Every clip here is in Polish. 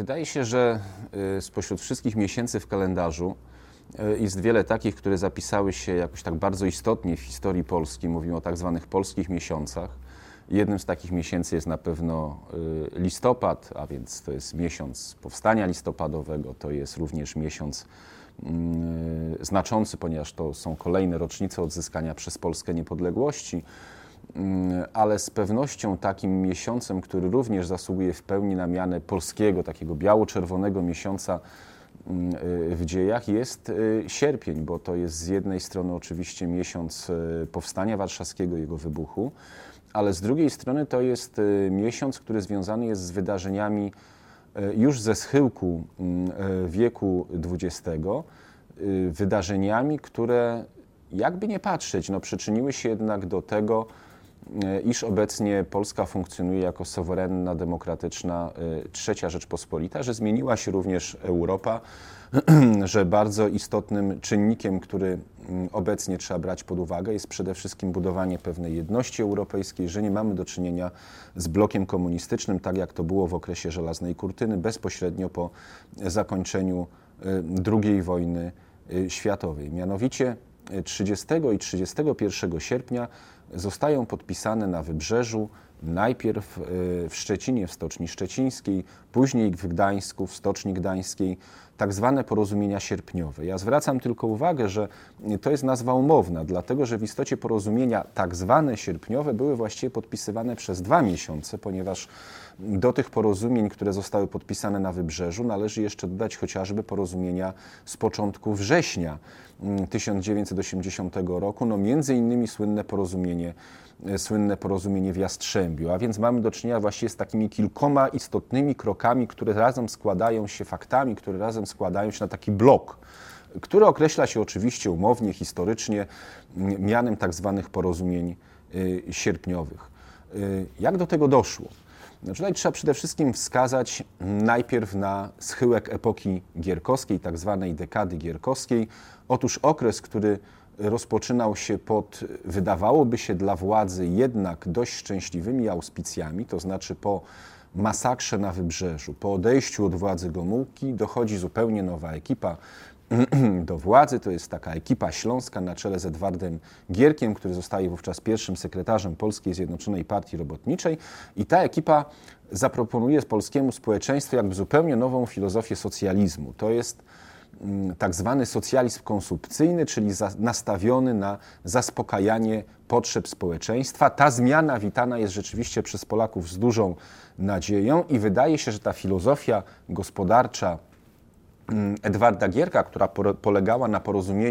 Wydaje się, że spośród wszystkich miesięcy w kalendarzu jest wiele takich, które zapisały się jakoś tak bardzo istotnie w historii Polski. Mówimy o tak zwanych polskich miesiącach. Jednym z takich miesięcy jest na pewno listopad, a więc to jest miesiąc powstania listopadowego, to jest również miesiąc znaczący, ponieważ to są kolejne rocznice odzyskania przez Polskę niepodległości, ale z pewnością takim miesiącem, który również zasługuje w pełni na mianę polskiego, takiego biało-czerwonego miesiąca w dziejach, jest sierpień, bo to jest z jednej strony oczywiście miesiąc powstania warszawskiego, jego wybuchu, ale z drugiej strony to jest miesiąc, który związany jest z wydarzeniami już ze schyłku wieku XX, wydarzeniami, które jakby nie patrzeć, przyczyniły się jednak do tego, iż obecnie Polska funkcjonuje jako suwerenna, demokratyczna trzecia Rzeczpospolita, że zmieniła się również Europa, że bardzo istotnym czynnikiem, który obecnie trzeba brać pod uwagę, jest przede wszystkim budowanie pewnej jedności europejskiej, że nie mamy do czynienia z blokiem komunistycznym, tak jak to było w okresie żelaznej kurtyny, bezpośrednio po zakończeniu II wojny światowej. Mianowicie 30 i 31 sierpnia zostają podpisane na Wybrzeżu, najpierw w Szczecinie, w Stoczni Szczecińskiej, później w Gdańsku, w Stoczni Gdańskiej, tak zwane porozumienia sierpniowe. Ja zwracam tylko uwagę, że to jest nazwa umowna, dlatego że w istocie porozumienia tak zwane sierpniowe były właściwie podpisywane przez 2 miesiące, ponieważ do tych porozumień, które zostały podpisane na Wybrzeżu, należy jeszcze dodać chociażby porozumienia z początku września 1980 roku, między innymi słynne porozumienie w Jastrzębiu, a więc mamy do czynienia właściwie z takimi kilkoma istotnymi krokami, które razem składają się faktami, które razem składają się na taki blok, który określa się oczywiście umownie, historycznie mianem tak zwanych porozumień sierpniowych. Jak do tego doszło? Tutaj trzeba przede wszystkim wskazać najpierw na schyłek epoki gierkowskiej, tak zwanej dekady gierkowskiej. Otóż okres, który rozpoczynał się pod, wydawałoby się dla władzy jednak dość szczęśliwymi auspicjami, to znaczy po masakrze na Wybrzeżu, po odejściu od władzy Gomułki dochodzi zupełnie nowa ekipa do władzy. To jest taka ekipa śląska na czele z Edwardem Gierkiem, który zostaje wówczas pierwszym sekretarzem Polskiej Zjednoczonej Partii Robotniczej i ta ekipa zaproponuje polskiemu społeczeństwu jakby zupełnie nową filozofię socjalizmu. To jest tak zwany socjalizm konsumpcyjny, czyli nastawiony na zaspokajanie potrzeb społeczeństwa. Ta zmiana witana jest rzeczywiście przez Polaków z dużą nadzieją i wydaje się, że ta filozofia gospodarcza Edwarda Gierka, która polegała na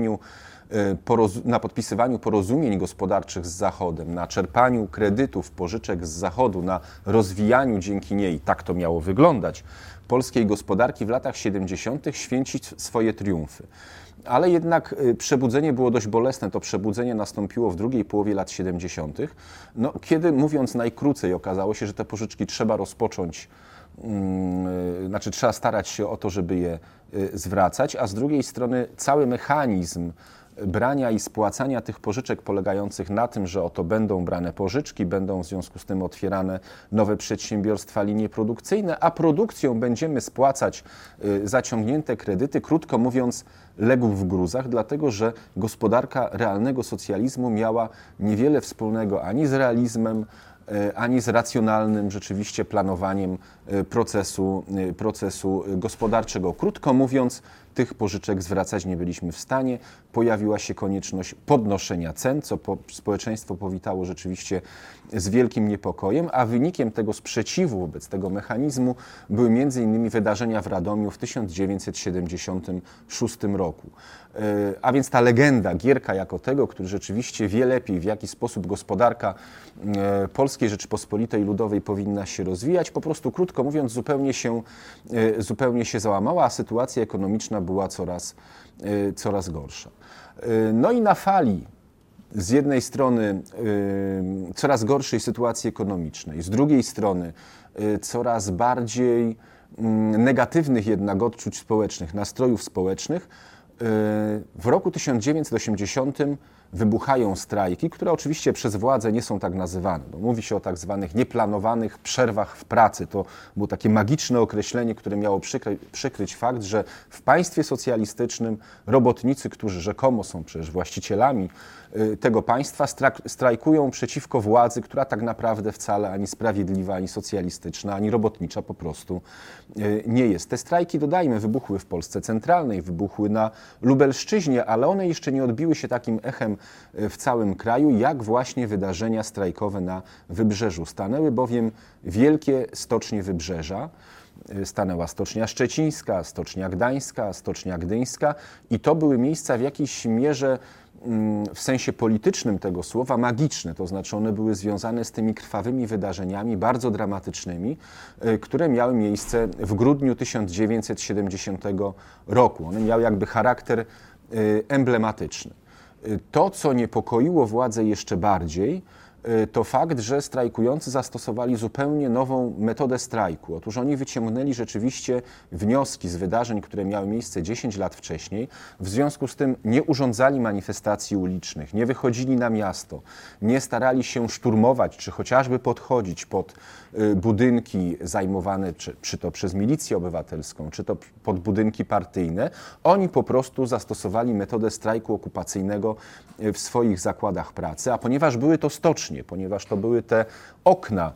na podpisywaniu porozumień gospodarczych z Zachodem, na czerpaniu kredytów, pożyczek z Zachodu, na rozwijaniu dzięki niej, tak to miało wyglądać, polskiej gospodarki w latach 70. święcić swoje triumfy. Ale jednak przebudzenie było dość bolesne. To przebudzenie nastąpiło w drugiej połowie lat 70., kiedy, mówiąc najkrócej, okazało się, że te pożyczki trzeba rozpocząć, trzeba starać się o to, żeby je zwracać, a z drugiej strony cały mechanizm brania i spłacania tych pożyczek polegających na tym, że oto będą brane pożyczki, będą w związku z tym otwierane nowe przedsiębiorstwa, linie produkcyjne, a produkcją będziemy spłacać zaciągnięte kredyty, krótko mówiąc, legł w gruzach, dlatego że gospodarka realnego socjalizmu miała niewiele wspólnego ani z realizmem, ani z racjonalnym rzeczywiście planowaniem procesu gospodarczego. Krótko mówiąc, tych pożyczek zwracać nie byliśmy w stanie. Pojawiła się konieczność podnoszenia cen, co społeczeństwo powitało rzeczywiście z wielkim niepokojem, a wynikiem tego sprzeciwu wobec tego mechanizmu były m.in. wydarzenia w Radomiu w 1976 roku. A więc ta legenda Gierka jako tego, który rzeczywiście wie lepiej, w jaki sposób gospodarka Polskiej Rzeczypospolitej Ludowej powinna się rozwijać, po prostu krótko mówiąc zupełnie się załamała, a sytuacja ekonomiczna była coraz gorsza. I na fali z jednej strony coraz gorszej sytuacji ekonomicznej, z drugiej strony coraz bardziej negatywnych jednak odczuć społecznych, nastrojów społecznych, W roku 1980 wybuchają strajki, które oczywiście przez władze nie są tak nazywane. Mówi się o tak zwanych nieplanowanych przerwach w pracy. To było takie magiczne określenie, które miało przykryć fakt, że w państwie socjalistycznym robotnicy, którzy rzekomo są przecież właścicielami tego państwa, strajkują przeciwko władzy, która tak naprawdę wcale ani sprawiedliwa, ani socjalistyczna, ani robotnicza po prostu nie jest. Te strajki, dodajmy, wybuchły w Polsce centralnej, wybuchły na Lubelszczyźnie, ale one jeszcze nie odbiły się takim echem w całym kraju, jak właśnie wydarzenia strajkowe na Wybrzeżu. Stanęły bowiem wielkie stocznie Wybrzeża. Stanęła Stocznia Szczecińska, Stocznia Gdańska, Stocznia Gdyńska i to były miejsca w jakiejś mierze w sensie politycznym tego słowa magiczne, to znaczy one były związane z tymi krwawymi wydarzeniami, bardzo dramatycznymi, które miały miejsce w grudniu 1970 roku. One miały jakby charakter emblematyczny. To, co niepokoiło władze jeszcze bardziej, to fakt, że strajkujący zastosowali zupełnie nową metodę strajku. Otóż oni wyciągnęli rzeczywiście wnioski z wydarzeń, które miały miejsce 10 lat wcześniej. W związku z tym nie urządzali manifestacji ulicznych, nie wychodzili na miasto, nie starali się szturmować, czy chociażby podchodzić pod budynki zajmowane czy to przez milicję obywatelską, czy to pod budynki partyjne. Oni po prostu zastosowali metodę strajku okupacyjnego w swoich zakładach pracy, a ponieważ były to stocznie, ponieważ to były te okna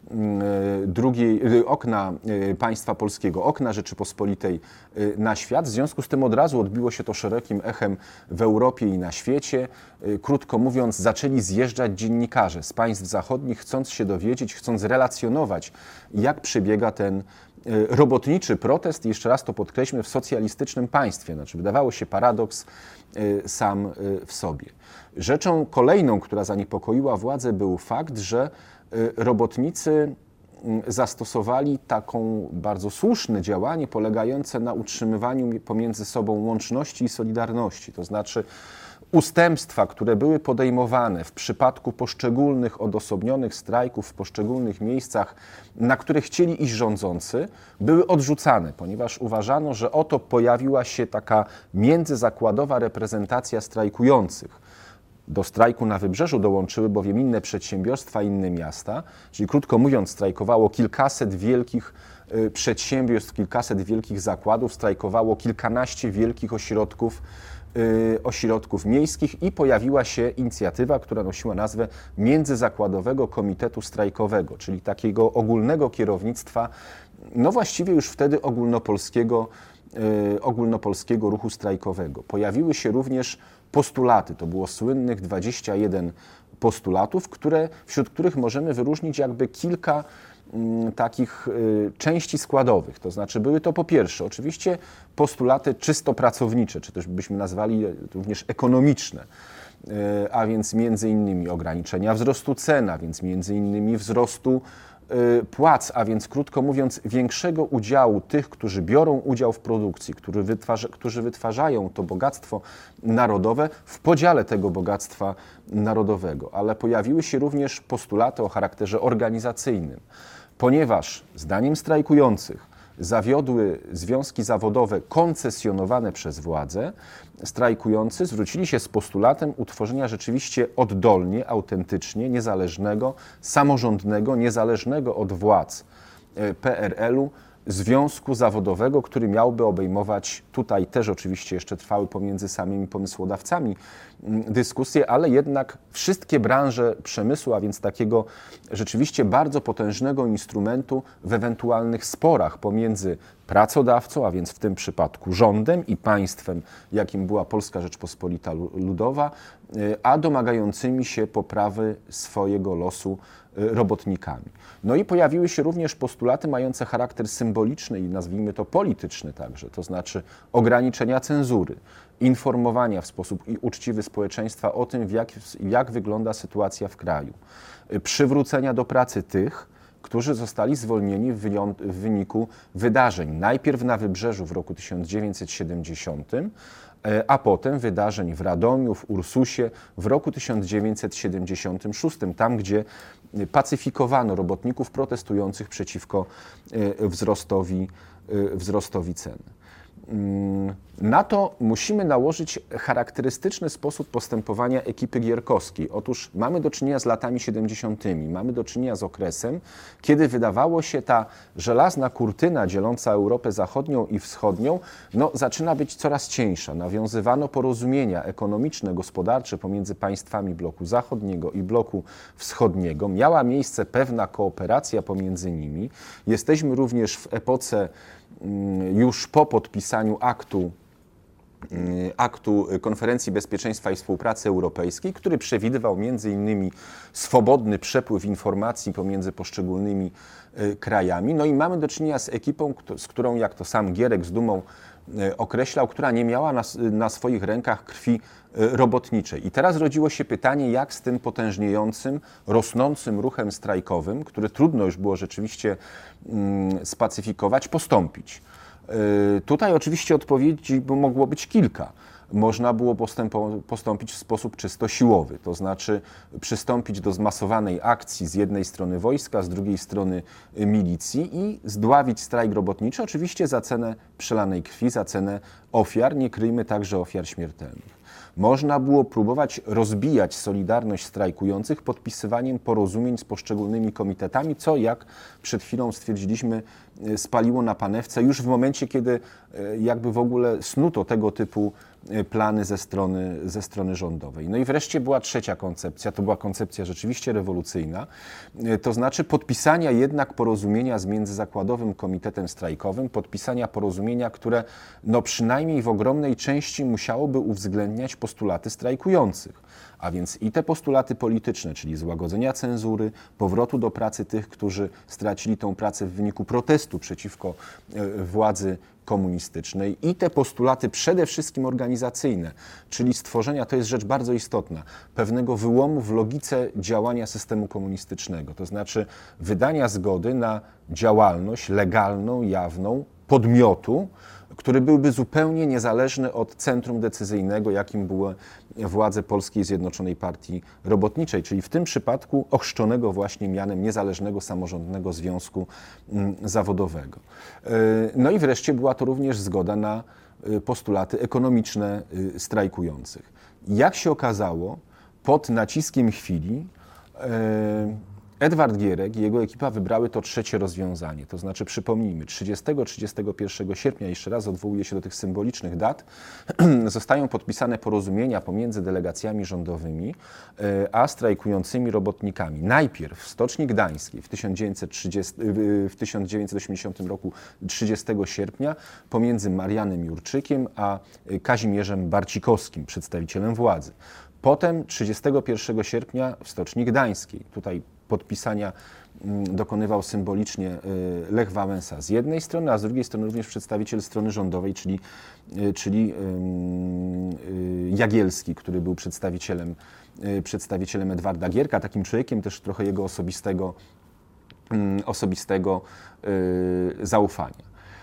okna państwa polskiego, okna Rzeczypospolitej na świat. W związku z tym od razu odbiło się to szerokim echem w Europie i na świecie. Krótko mówiąc, zaczęli zjeżdżać dziennikarze z państw zachodnich, chcąc się dowiedzieć, chcąc relacjonować, jak przebiega ten robotniczy protest, i jeszcze raz to podkreślmy, w socjalistycznym państwie. Znaczy, wydawało się paradoks sam w sobie. Rzeczą kolejną, która zaniepokoiła władzę, był fakt, że robotnicy zastosowali taką bardzo słuszne działanie polegające na utrzymywaniu pomiędzy sobą łączności i solidarności. To znaczy ustępstwa, które były podejmowane w przypadku poszczególnych odosobnionych strajków w poszczególnych miejscach, na które chcieli iść rządzący, były odrzucane, ponieważ uważano, że oto pojawiła się taka międzyzakładowa reprezentacja strajkujących. Do strajku na Wybrzeżu dołączyły bowiem inne przedsiębiorstwa, inne miasta, czyli krótko mówiąc strajkowało kilkaset wielkich przedsiębiorstw, kilkaset wielkich zakładów, strajkowało kilkanaście wielkich ośrodków miejskich i pojawiła się inicjatywa, która nosiła nazwę Międzyzakładowego Komitetu Strajkowego, czyli takiego ogólnego kierownictwa, no właściwie już wtedy ogólnopolskiego ruchu strajkowego. Pojawiły się również postulaty, to było słynnych 21 postulatów, wśród których możemy wyróżnić jakby kilka takich części składowych. To znaczy były to po pierwsze oczywiście postulaty czysto pracownicze, czy też byśmy nazwali również ekonomiczne, a więc między innymi ograniczenia wzrostu cen, a więc między innymi wzrostu płac, a więc krótko mówiąc większego udziału tych, którzy biorą udział w produkcji, którzy wytwarzają to bogactwo narodowe w podziale tego bogactwa narodowego. Ale pojawiły się również postulaty o charakterze organizacyjnym, ponieważ zdaniem strajkujących zawiodły związki zawodowe koncesjonowane przez władzę, strajkujący zwrócili się z postulatem utworzenia rzeczywiście oddolnie, autentycznie, niezależnego, samorządnego, niezależnego od władz PRL-u związku zawodowego, który miałby obejmować, tutaj też oczywiście jeszcze trwały pomiędzy samymi pomysłodawcami dyskusje, ale jednak wszystkie branże przemysłu, a więc takiego rzeczywiście bardzo potężnego instrumentu w ewentualnych sporach pomiędzy pracodawcą, a więc w tym przypadku rządem i państwem, jakim była Polska Rzeczpospolita Ludowa, a domagającymi się poprawy swojego losu robotnikami. No i pojawiły się również postulaty mające charakter symboliczny i nazwijmy to polityczny także, to znaczy ograniczenia cenzury, informowania w sposób uczciwy społeczeństwa o tym, jak wygląda sytuacja w kraju, przywrócenia do pracy tych, którzy zostali zwolnieni w wyniku wydarzeń. Najpierw na Wybrzeżu w roku 1970, a potem wydarzeń w Radomiu, w Ursusie w roku 1976, tam gdzie pacyfikowano robotników protestujących przeciwko wzrostowi cen. Na to musimy nałożyć charakterystyczny sposób postępowania ekipy gierkowskiej. Otóż mamy do czynienia z latami 70., mamy do czynienia z okresem, kiedy wydawało się ta żelazna kurtyna dzieląca Europę Zachodnią i Wschodnią zaczyna być coraz cieńsza. Nawiązywano porozumienia ekonomiczne, gospodarcze pomiędzy państwami bloku zachodniego i bloku wschodniego. Miała miejsce pewna kooperacja pomiędzy nimi. Jesteśmy również w epoce już po podpisaniu aktu Konferencji Bezpieczeństwa i Współpracy Europejskiej, który przewidywał m.in. swobodny przepływ informacji pomiędzy poszczególnymi krajami. No i mamy do czynienia z ekipą, z którą, jak to sam Gierek z dumą określał, która nie miała na swoich rękach krwi robotniczej. I teraz rodziło się pytanie, jak z tym potężniejącym, rosnącym ruchem strajkowym, który trudno już było rzeczywiście spacyfikować, postąpić. Tutaj oczywiście odpowiedzi mogło być kilka. Można było postąpić w sposób czysto siłowy, to znaczy przystąpić do zmasowanej akcji z jednej strony wojska, z drugiej strony milicji i zdławić strajk robotniczy, oczywiście za cenę przelanej krwi, za cenę ofiar, nie kryjmy także ofiar śmiertelnych. Można było próbować rozbijać solidarność strajkujących podpisywaniem porozumień z poszczególnymi komitetami, co, jak przed chwilą stwierdziliśmy, spaliło na panewce już w momencie, kiedy jakby w ogóle snuto tego typu plany ze strony rządowej. No i wreszcie była trzecia koncepcja, to była koncepcja rzeczywiście rewolucyjna, to znaczy podpisania jednak porozumienia z Międzyzakładowym Komitetem Strajkowym, podpisania porozumienia, które przynajmniej w ogromnej części musiałoby uwzględniać postulaty strajkujących. A więc i te postulaty polityczne, czyli złagodzenia cenzury, powrotu do pracy tych, którzy stracili tą pracę w wyniku protestu przeciwko władzy komunistycznej, i te postulaty przede wszystkim organizacyjne, czyli stworzenia, to jest rzecz bardzo istotna, pewnego wyłomu w logice działania systemu komunistycznego, to znaczy wydania zgody na działalność legalną, jawną podmiotu, który byłby zupełnie niezależny od centrum decyzyjnego, jakim były władze Polskiej Zjednoczonej Partii Robotniczej, czyli w tym przypadku ochrzczonego właśnie mianem Niezależnego Samorządnego Związku Zawodowego. No i wreszcie była to również zgoda na postulaty ekonomiczne strajkujących. Jak się okazało, pod naciskiem chwili Edward Gierek i jego ekipa wybrały to trzecie rozwiązanie, to znaczy przypomnijmy, 30-31 sierpnia, jeszcze raz odwołuję się do tych symbolicznych dat, zostają podpisane porozumienia pomiędzy delegacjami rządowymi a strajkującymi robotnikami. Najpierw w Stoczni Gdańskiej w 1980 roku 30 sierpnia pomiędzy Marianem Jurczykiem a Kazimierzem Barcikowskim, przedstawicielem władzy. Potem 31 sierpnia w Stoczni Gdańskiej, tutaj podpisania dokonywał symbolicznie Lech Wałęsa z jednej strony, a z drugiej strony również przedstawiciel strony rządowej, czyli Jagielski, który był przedstawicielem Edwarda Gierka, takim człowiekiem też trochę jego osobistego zaufania.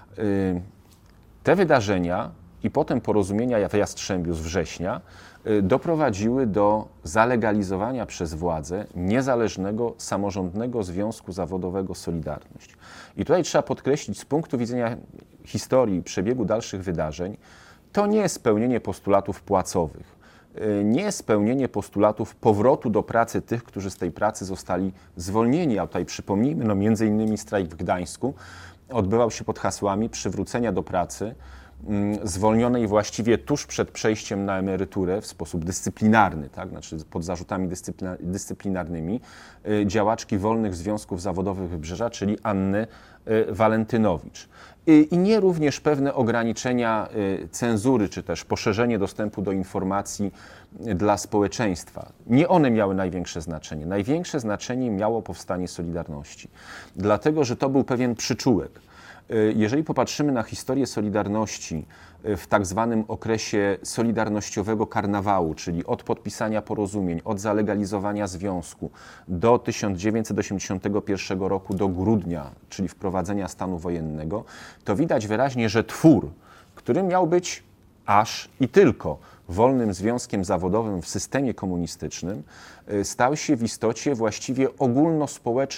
Te wydarzenia i potem porozumienia w Jastrzębiu z września doprowadziły do zalegalizowania przez władzę niezależnego, samorządnego związku zawodowego Solidarność. I tutaj trzeba podkreślić, z punktu widzenia historii, przebiegu dalszych wydarzeń, to nie jest spełnienie postulatów płacowych, nie jest spełnienie postulatów powrotu do pracy tych, którzy z tej pracy zostali zwolnieni. A tutaj przypomnijmy, między innymi strajk w Gdańsku odbywał się pod hasłami przywrócenia do pracy zwolnionej właściwie tuż przed przejściem na emeryturę w sposób dyscyplinarny, tak? Znaczy pod zarzutami dyscyplinarnymi działaczki Wolnych Związków Zawodowych Wybrzeża, czyli Anny Walentynowicz. I nie również pewne ograniczenia cenzury, czy też poszerzenie dostępu do informacji dla społeczeństwa. Nie one miały największe znaczenie. Największe znaczenie miało powstanie Solidarności, dlatego że to był pewien przyczółek. Jeżeli popatrzymy na historię Solidarności w tak zwanym okresie solidarnościowego karnawału, czyli od podpisania porozumień, od zalegalizowania związku do 1981 roku, do grudnia, czyli wprowadzenia stanu wojennego, to widać wyraźnie, że twór, który miał być aż i tylko wolnym związkiem zawodowym w systemie komunistycznym, stał się w istocie właściwie ogólnospołecznym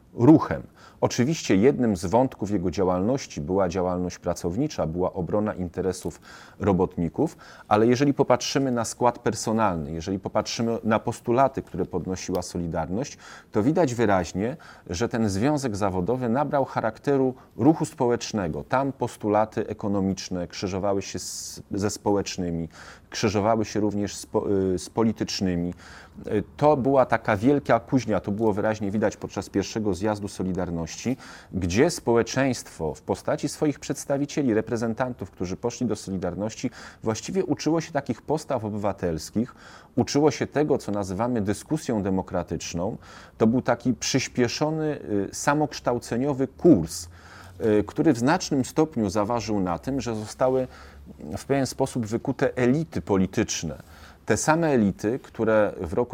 ruchem. Oczywiście jednym z wątków jego działalności była działalność pracownicza, była obrona interesów robotników, ale jeżeli popatrzymy na skład personalny, jeżeli popatrzymy na postulaty, które podnosiła Solidarność, to widać wyraźnie, że ten związek zawodowy nabrał charakteru ruchu społecznego. Tam postulaty ekonomiczne krzyżowały się ze społecznymi, krzyżowały się również z politycznymi. To była taka wielka kuźnia, to było wyraźnie widać podczas pierwszego zjazdu Solidarności, gdzie społeczeństwo w postaci swoich przedstawicieli, reprezentantów, którzy poszli do Solidarności, właściwie uczyło się takich postaw obywatelskich, uczyło się tego, co nazywamy dyskusją demokratyczną. To był taki przyspieszony, samokształceniowy kurs, który w znacznym stopniu zaważył na tym, że zostały w pewien sposób wykute elity polityczne. Te same elity, które w roku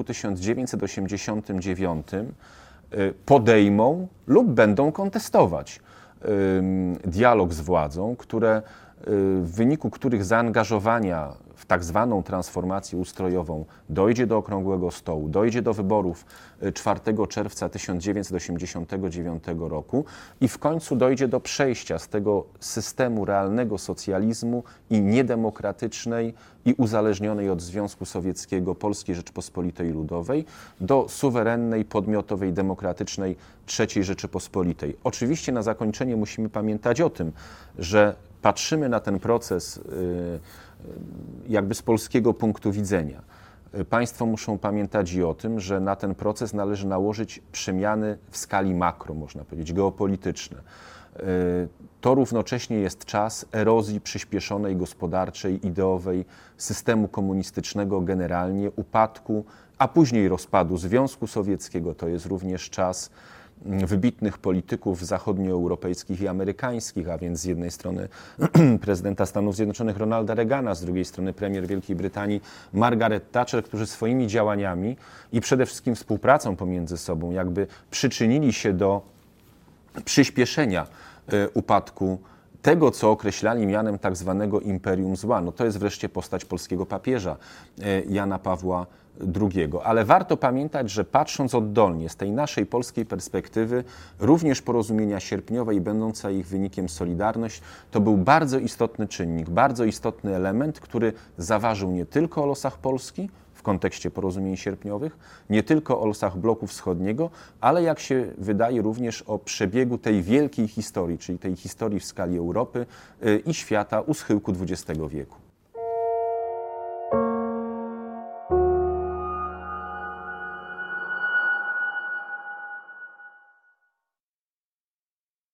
1989 podejmą lub będą kontestować dialog z władzą, w wyniku których zaangażowania w tak zwaną transformację ustrojową dojdzie do okrągłego stołu, dojdzie do wyborów 4 czerwca 1989 roku i w końcu dojdzie do przejścia z tego systemu realnego socjalizmu i niedemokratycznej i uzależnionej od Związku Sowieckiego Polskiej Rzeczypospolitej Ludowej do suwerennej, podmiotowej, demokratycznej III Rzeczypospolitej. Oczywiście na zakończenie musimy pamiętać o tym, że patrzymy na ten proces jakby z polskiego punktu widzenia. Państwo muszą pamiętać i o tym, że na ten proces należy nałożyć przemiany w skali makro, można powiedzieć, geopolityczne. To równocześnie jest czas erozji przyspieszonej gospodarczej, ideowej systemu komunistycznego generalnie, upadku, a później rozpadu Związku Sowieckiego. To jest również czas wybitnych polityków zachodnioeuropejskich i amerykańskich, a więc z jednej strony prezydenta Stanów Zjednoczonych Ronalda Reagana, z drugiej strony premier Wielkiej Brytanii Margaret Thatcher, którzy swoimi działaniami i przede wszystkim współpracą pomiędzy sobą jakby przyczynili się do przyspieszenia upadku tego, co określali mianem tak zwanego imperium zła. No to jest wreszcie postać polskiego papieża Jana Pawła II. Ale warto pamiętać, że patrząc oddolnie z tej naszej polskiej perspektywy, również porozumienia sierpniowe i będąca ich wynikiem Solidarność, to był bardzo istotny czynnik, bardzo istotny element, który zaważył nie tylko o losach Polski w kontekście porozumień sierpniowych, nie tylko o losach bloku wschodniego, ale jak się wydaje również o przebiegu tej wielkiej historii, czyli tej historii w skali Europy i świata u schyłku XX wieku.